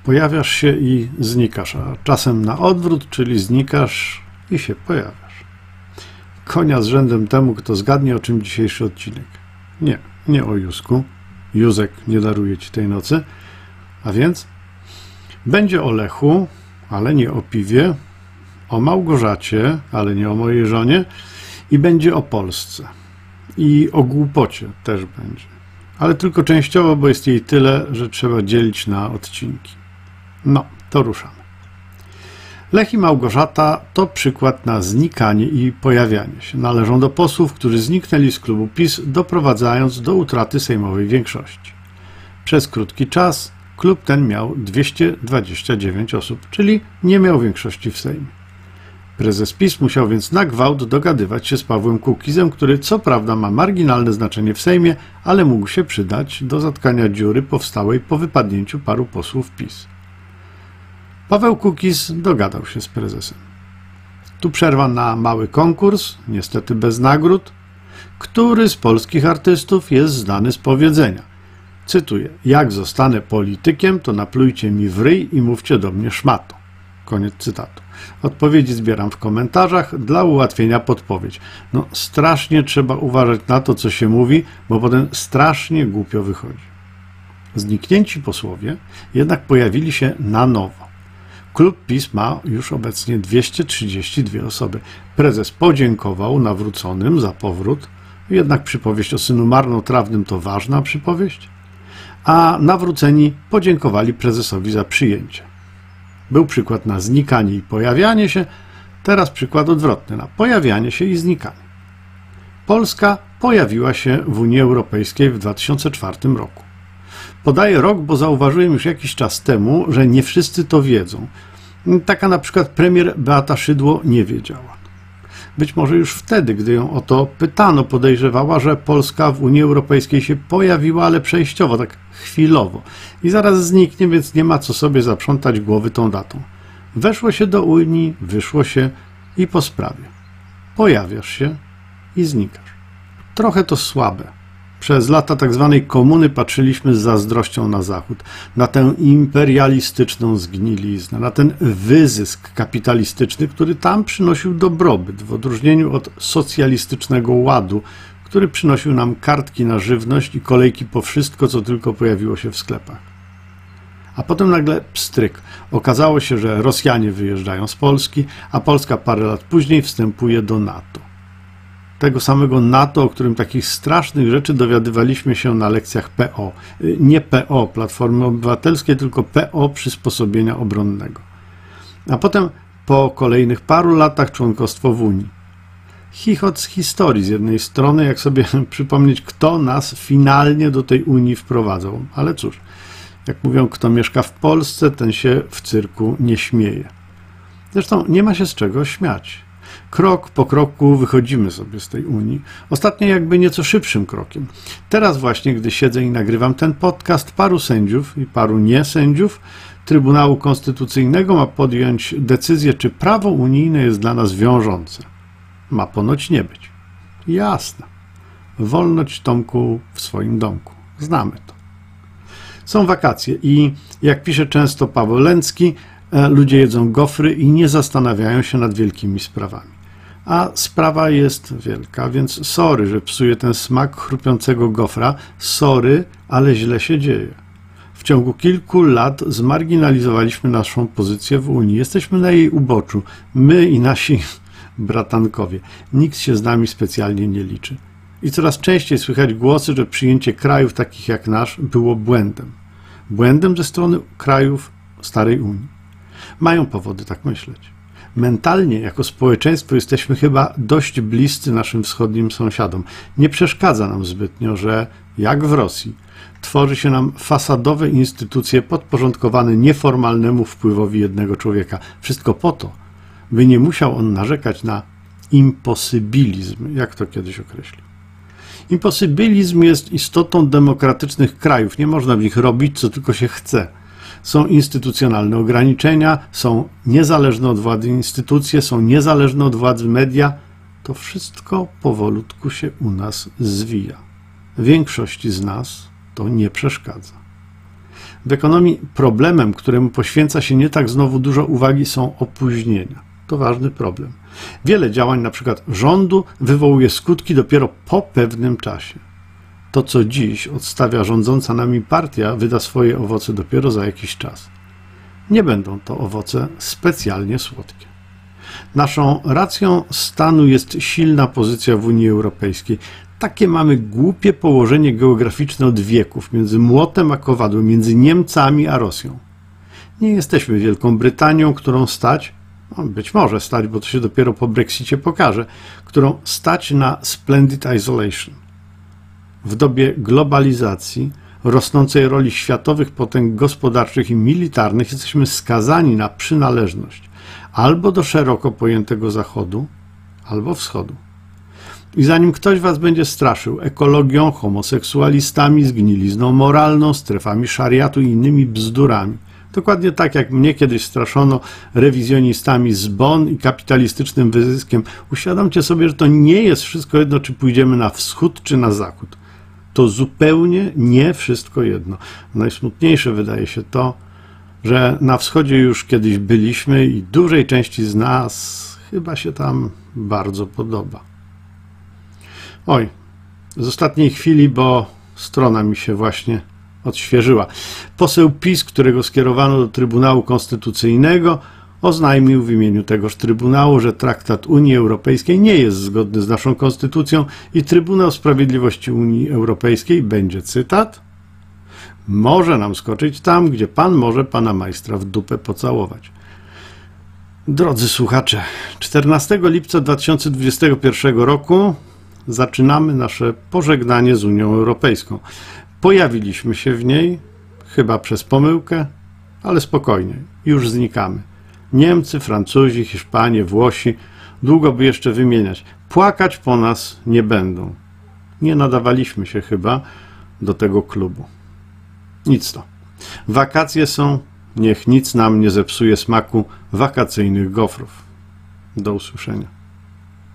Pojawiasz się i znikasz, a czasem na odwrót, czyli znikasz i się pojawiasz. Konia z rzędem temu, kto zgadnie, o czym dzisiejszy odcinek. Nie o Józku. Józek nie daruje ci tej nocy. A więc będzie o Lechu, ale nie o piwie, o Małgorzacie, ale nie o mojej żonie, i będzie o Polsce. I o głupocie też będzie. Ale tylko częściowo, bo jest jej tyle, że trzeba dzielić na odcinki. No, to ruszamy. Lech i Małgorzata to przykład na znikanie i pojawianie się. Należą do posłów, którzy zniknęli z klubu PiS, doprowadzając do utraty sejmowej większości. Przez krótki czas klub ten miał 229 osób, czyli nie miał większości w Sejmie. Prezes PiS musiał więc na gwałt dogadywać się z Pawłem Kukizem, który co prawda ma marginalne znaczenie w Sejmie, ale mógł się przydać do zatkania dziury powstałej po wypadnięciu paru posłów PiS. Paweł Kukiz dogadał się z prezesem. Tu przerwa na mały konkurs, niestety bez nagród. Który z polskich artystów jest znany z powiedzenia? Cytuję: jak zostanę politykiem, to naplujcie mi w ryj i mówcie do mnie szmato. Koniec cytatu. Odpowiedzi zbieram w komentarzach dla ułatwienia podpowiedź. No, strasznie trzeba uważać na to, co się mówi, bo potem strasznie głupio wychodzi. Zniknięci posłowie jednak pojawili się na nowo. Klub PiS ma już obecnie 232 osoby. Prezes podziękował nawróconym za powrót, jednak przypowieść o synu marnotrawnym to ważna przypowieść, a nawróceni podziękowali prezesowi za przyjęcie. Był przykład na znikanie i pojawianie się, teraz przykład odwrotny na pojawianie się i znikanie. Polska pojawiła się w Unii Europejskiej w 2004 roku. Podaję rok, bo zauważyłem już jakiś czas temu, że nie wszyscy to wiedzą. Taka na przykład premier Beata Szydło nie wiedziała. Być może już wtedy, gdy ją o to pytano, podejrzewała, że Polska w Unii Europejskiej się pojawiła, ale przejściowo, tak chwilowo. I zaraz zniknie, więc nie ma co sobie zaprzątać głowy tą datą. Weszło się do Unii, wyszło się i po sprawie. Pojawiasz się i znikasz. Trochę to słabe. Przez lata tak zwanej komuny patrzyliśmy z zazdrością na Zachód, na tę imperialistyczną zgniliznę, na ten wyzysk kapitalistyczny, który tam przynosił dobrobyt, w odróżnieniu od socjalistycznego ładu, który przynosił nam kartki na żywność i kolejki po wszystko, co tylko pojawiło się w sklepach. A potem nagle pstryk. Okazało się, że Rosjanie wyjeżdżają z Polski, a Polska parę lat później wstępuje do NATO. Tego samego NATO, o którym takich strasznych rzeczy dowiadywaliśmy się na lekcjach PO. Nie PO, Platformy Obywatelskiej, tylko PO, Przysposobienia Obronnego. A potem po kolejnych paru latach członkostwo w Unii. Chichot z historii z jednej strony, jak sobie przypomnieć, kto nas finalnie do tej Unii wprowadzał. Ale cóż, jak mówią, kto mieszka w Polsce, ten się w cyrku nie śmieje. Zresztą nie ma się z czego śmiać. Krok po kroku wychodzimy sobie z tej Unii. Ostatnio jakby nieco szybszym krokiem. Teraz właśnie, gdy siedzę i nagrywam ten podcast, paru sędziów i paru niesędziów Trybunału Konstytucyjnego ma podjąć decyzję, czy prawo unijne jest dla nas wiążące. Ma ponoć nie być. Jasne. Wolność Tomku w swoim domku. Znamy to. Są wakacje i, jak pisze często Paweł Lęcki, ludzie jedzą gofry i nie zastanawiają się nad wielkimi sprawami. A sprawa jest wielka, więc sorry, że psuję ten smak chrupiącego gofra. Sorry, ale źle się dzieje. W ciągu kilku lat zmarginalizowaliśmy naszą pozycję w Unii. Jesteśmy na jej uboczu. My i nasi bratankowie. Nikt się z nami specjalnie nie liczy. I coraz częściej słychać głosy, że przyjęcie krajów takich jak nasz było błędem. Błędem ze strony krajów starej Unii. Mają powody tak myśleć. Mentalnie, jako społeczeństwo, jesteśmy chyba dość bliscy naszym wschodnim sąsiadom. Nie przeszkadza nam zbytnio, że, jak w Rosji, tworzy się nam fasadowe instytucje podporządkowane nieformalnemu wpływowi jednego człowieka. Wszystko po to, by nie musiał on narzekać na imposybilizm, jak to kiedyś określił. Imposybilizm jest istotą demokratycznych krajów. Nie można w nich robić, co tylko się chce. Są instytucjonalne ograniczenia, są niezależne od władzy instytucje, są niezależne od władzy media. To wszystko powolutku się u nas zwija. Większości z nas to nie przeszkadza. W ekonomii problemem, któremu poświęca się nie tak znowu dużo uwagi, są opóźnienia. To ważny problem. Wiele działań, na przykład rządu, wywołuje skutki dopiero po pewnym czasie. To, co dziś odstawia rządząca nami partia, wyda swoje owoce dopiero za jakiś czas. Nie będą to owoce specjalnie słodkie. Naszą racją stanu jest silna pozycja w Unii Europejskiej. Takie mamy głupie położenie geograficzne od wieków, między młotem a kowadłem, między Niemcami a Rosją. Nie jesteśmy Wielką Brytanią, którą stać, być może stać, bo to się dopiero po Brexicie pokaże, którą stać na splendid isolation. W dobie globalizacji, rosnącej roli światowych potęg gospodarczych i militarnych jesteśmy skazani na przynależność albo do szeroko pojętego Zachodu, albo Wschodu. I zanim ktoś was będzie straszył ekologią, homoseksualistami, zgnilizną moralną, strefami szariatu i innymi bzdurami, dokładnie tak jak mnie kiedyś straszono rewizjonistami z Bonn i kapitalistycznym wyzyskiem, uświadomcie sobie, że to nie jest wszystko jedno, czy pójdziemy na wschód, czy na zachód. To zupełnie nie wszystko jedno. Najsmutniejsze wydaje się to, że na wschodzie już kiedyś byliśmy i dużej części z nas chyba się tam bardzo podoba. Oj, z ostatniej chwili, bo strona mi się właśnie odświeżyła. Poseł PiS, którego skierowano do Trybunału Konstytucyjnego, oznajmił w imieniu tegoż Trybunału, że traktat Unii Europejskiej nie jest zgodny z naszą konstytucją i Trybunał Sprawiedliwości Unii Europejskiej będzie, cytat, może nam skoczyć tam, gdzie pan może pana majstra w dupę pocałować. Drodzy słuchacze, 14 lipca 2021 roku zaczynamy nasze pożegnanie z Unią Europejską. Pojawiliśmy się w niej, chyba przez pomyłkę, ale spokojnie, już znikamy. Niemcy, Francuzi, Hiszpanie, Włosi, długo by jeszcze wymieniać. Płakać po nas nie będą. Nie nadawaliśmy się chyba do tego klubu. Nic to. Wakacje są, niech nic nam nie zepsuje smaku wakacyjnych gofrów. Do usłyszenia.